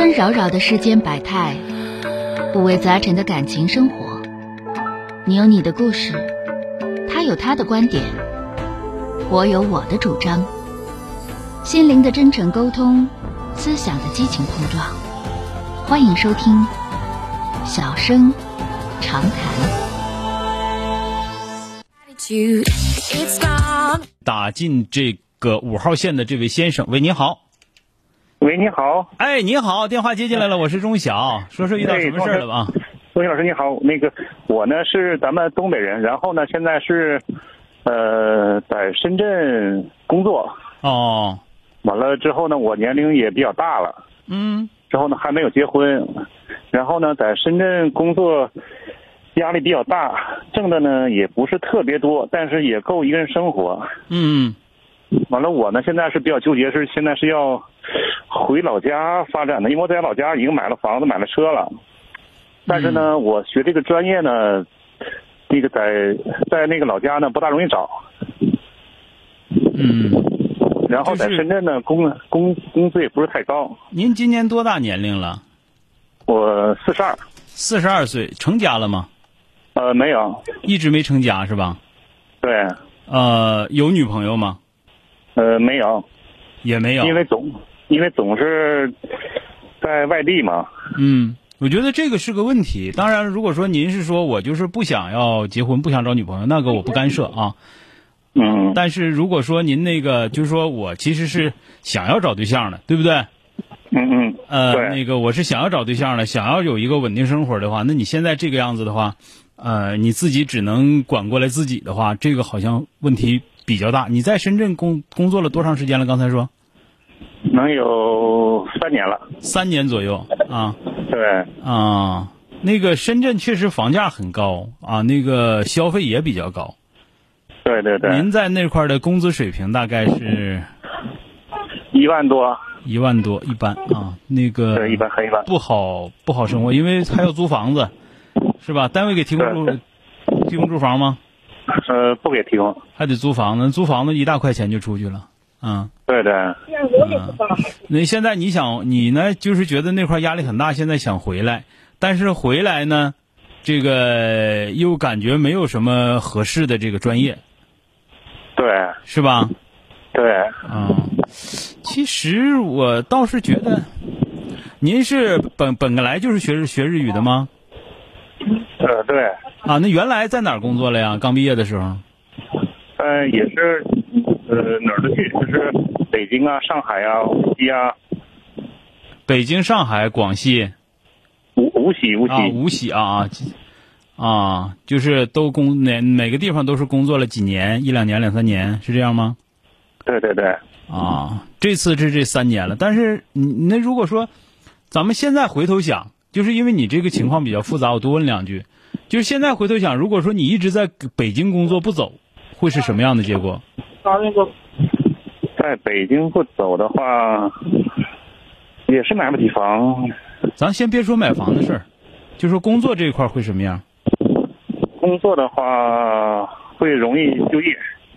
纷扰扰的世间百态，五味杂陈的感情生活。你有你的故事，他有他的观点，我有我的主张。心灵的真诚沟通，思想的激情碰撞。欢迎收听小声长谈。 打进这个5号线的这位先生，喂，你好。 喂，你好。 哎，你好，电话接进来了，我是钟晓，说遇到什么事了吧？ 钟老师你好，我呢是咱们东北人，然后呢现在是在深圳工作。 哦。 完了之后呢，我年龄也比较大了。之后呢还没有结婚，然后呢在深圳工作压力比较大，挣的呢也不是特别多，但是也够一个人生活。完了我呢现在是比较纠结，现在是要回老家发展的，因为我在老家已经买了房子买了车了，但是呢我学这个专业呢，那个在那个老家呢不大容易找。然后在深圳呢工资也不是太高。 您今年多大年龄了？ 我42。 42岁，成家了吗？ 没有。 一直没成家是吧？ 对。 有女朋友吗？ 没有。 也没有。 因为总是在外地嘛。 我觉得这个是个问题。当然如果说您是说我就是不想要结婚，不想找女朋友，那个我不干涉啊。但是如果说您那个就是说我其实是想要找对象的，对不对？ 对。 那个我是想要找对象的，想要有一个稳定生活的话，那你现在这个样子的话，你自己只能管过来自己的话，这个好像问题比较大。你在深圳工作了多长时间了？刚才说能有3年了。 3年左右啊。 对。 那个深圳确实房价很高啊，那个消费也比较高。 对对对。 您在那块的工资水平大概是 1万多。 1万多，一般啊。那个对，一般很一般。 不好生活，因为还要租房子，是吧？单位给提供住房吗？ 不给提供。 还得租房子，租房子1大块钱就出去了。 对对。 那现在你呢，就是觉得那块压力很大，现在想回来，但是回来呢，这个又感觉没有什么合适的这个专业。 对。 是吧？ 对。 其实我倒是觉得，您是本来就是学日语的吗？ 对。 那原来在哪儿工作了呀？刚毕业的时候？ 也是哪儿都去，就是北京啊、上海啊、无锡啊。 北京、上海、广西。 无锡。 无锡就是都每个地方都是工作了几年，1、2年、2、3年，是这样吗？ 对对对。 这次是这3年了，但是那如果说咱们现在回头想，就是因为你这个情况比较复杂，我多问2句，就是现在回头想，如果说你一直在北京工作不走，会是什么样的结果？ 在北京不走的话，也是买不起房。 咱先别说买房的事儿，就说工作这一块会什么样？ 工作的话会容易就业。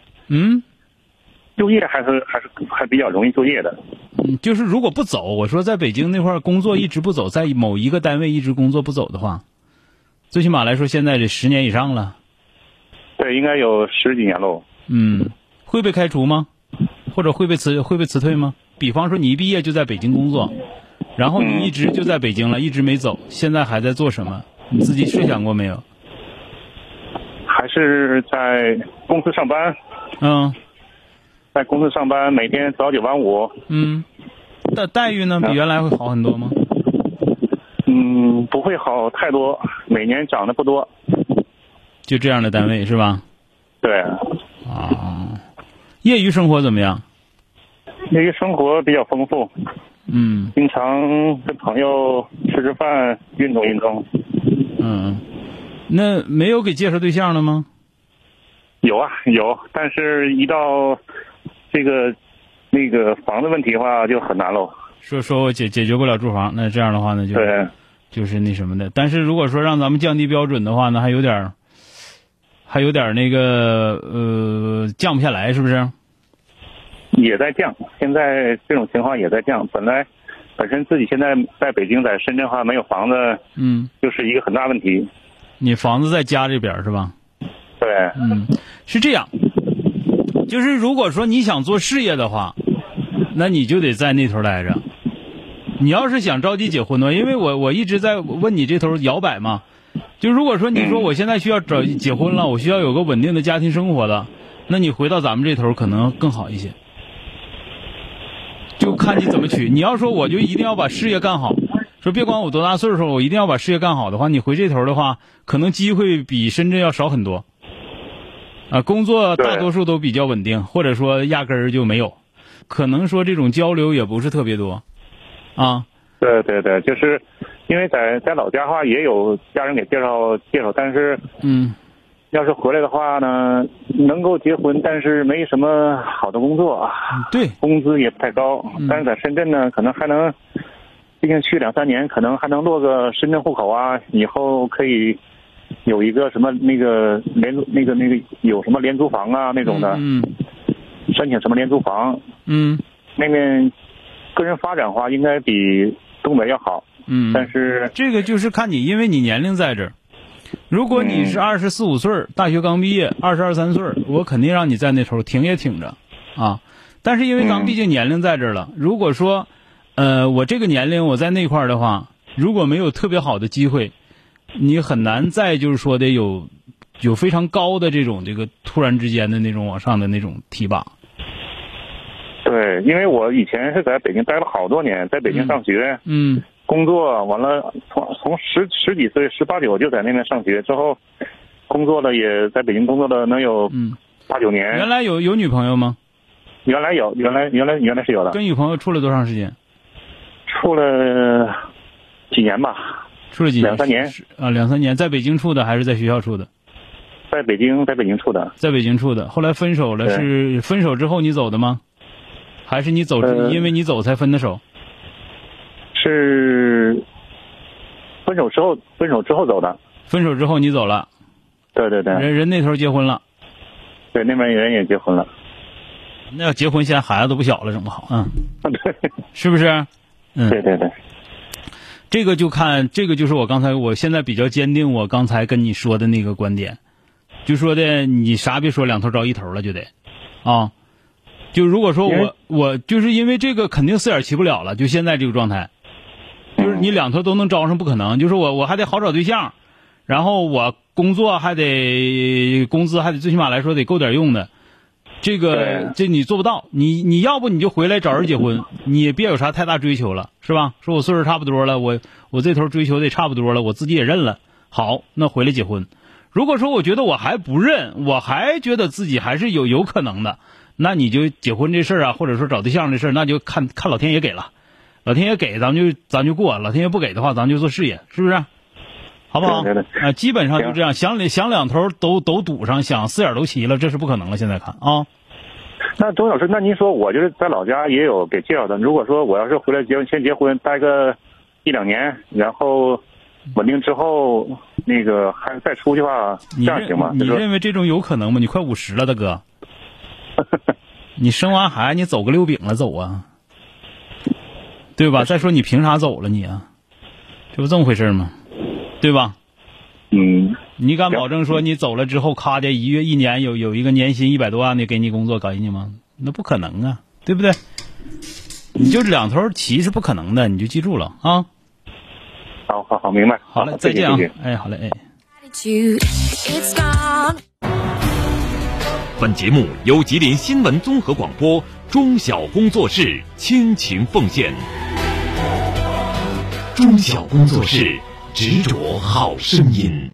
就业还比较容易就业的。 就是如果不走，我说在北京那块工作一直不走，在某一个单位一直工作不走的话，最起码来说现在这10年以上了。 对，应该有10几年喽。 会被开除吗？或者会被辞退吗？比方说你一毕业就在北京工作，然后你一直就在北京了，一直没走，现在还在做什么？你自己设想过没有？ 还是在公司上班。在公司上班，每天早9晚5。 待遇呢？比原来会好很多吗？ 不会好太多，每年涨得不多。 就这样的单位是吧？ 对。 业余生活怎么样？ 业余生活比较丰富。经常跟朋友吃饭，运动运动。 那没有给介绍对象了吗？ 有，但是一到那个房子问题的话就很难喽。 说我解决不了住房，那这样的话呢就是那什么的。但是如果说让咱们降低标准的话呢，还有点那个降不下来，是不是？ 也在降，现在这种情况也在降。本来本身自己现在在北京，在深圳的话没有房子，就是一个很大问题。 你房子在家这边是吧？ 对， 是这样，就是如果说你想做事业的话，那你就得在那头待着。你要是想着急结婚的话，因为我一直在问你这头摇摆嘛，就如果说你说我现在需要结婚了，我需要有个稳定的家庭生活的，那你回到咱们这头可能更好一些。就看你怎么取。你要说我就一定要把事业干好，说别管我多大岁数，我一定要把事业干好的话，你回这头的话，可能机会比深圳要少很多。工作大多数都比较稳定，或者说压根儿就没有，可能说这种交流也不是特别多。 对对对，就是因为在老家的话也有家人给介绍，但是要是回来的话呢，能够结婚，但是没什么好的工作， 对， 工资也不太高。但是在深圳呢，可能还能，毕竟去2-3年，可能还能落个深圳户口啊，以后可以有一个什么那个有什么廉租房啊那种的，申请什么廉租房，那边个人发展的话应该比东北要好，但是这个就是看你，因为你年龄在这儿。如果你是24、25岁，大学刚毕业，22、23岁，我肯定让你在那头挺也挺着啊。但是因为咱们毕竟年龄在这儿了，如果说我这个年龄我在那块儿的话，如果没有特别好的机会，你很难再就是说的有非常高的这个突然之间的那种往上的那种提拔。 对，因为我以前是在北京待了好多年，在北京上学，工作完了，从十几岁18、19就在那边上学，之后工作了，也在北京工作了能有8、9年。 原来有女朋友吗？ 原来有，原来是有的。 跟女朋友处了多长时间？ 处了几年吧。 处了几年 ？2-3年。 2-3年，在北京处的还是在学校处的？ 在北京处的。 在北京处的，后来分手了，是分手之后你走的吗？还是你走因为你走才分的手？ 是分手之后走的。分手之后你走了？ 对对对。 人那头结婚了。 对，那边人也结婚了。 那要结婚，现在孩子都不小了，整不好， 对， 是不是？ 对对对。 这个就是我现在比较坚定我刚才跟你说的那个观点，就说的你啥别说两头着一头了就得就如果说我就是因为这个肯定4眼齐不了了，就现在这个状态，就是你两头都能招上不可能，就是我还得好找对象，然后我工作还得工资还得最起码来说得够点用的，这你做不到，你要不你就回来找人结婚，你也别有啥太大追求了，是吧？说我岁数差不多了，我这头追求的也差不多了，我自己也认了，好，那回来结婚。如果说我觉得我还不认，我还觉得自己还是有可能的，那你就结婚这事儿或者说找对象这事儿，那就看老天爷给了，老天爷给咱就过，老天爷不给的话，咱就做事业，是不是？好不好？基本上就这样，想两头都堵上，想4眼都齐了，这是不可能了。现在看啊。 那周老师，那您说我就是在老家也有给介绍的，如果说我要是回来先结婚，待个1-2年，然后稳定之后那个还再出去的话，这样行吗？ 你认为这种有可能吗？你快50了，大哥。你生完孩子你走个溜饼了走啊，对吧？再说你凭啥走了你啊？这不这么回事吗？对吧？你敢保证说你走了之后咔的1月1年有一个年薪100多万的给你工作给你吗？那不可能啊，对不对？你就是两头齐是不可能的，你就记住了啊。 好，明白。 好嘞，再见啊！好嘞， 本节目由吉林新闻综合广播中小工作室倾情奉献。中小工作室，执着好声音。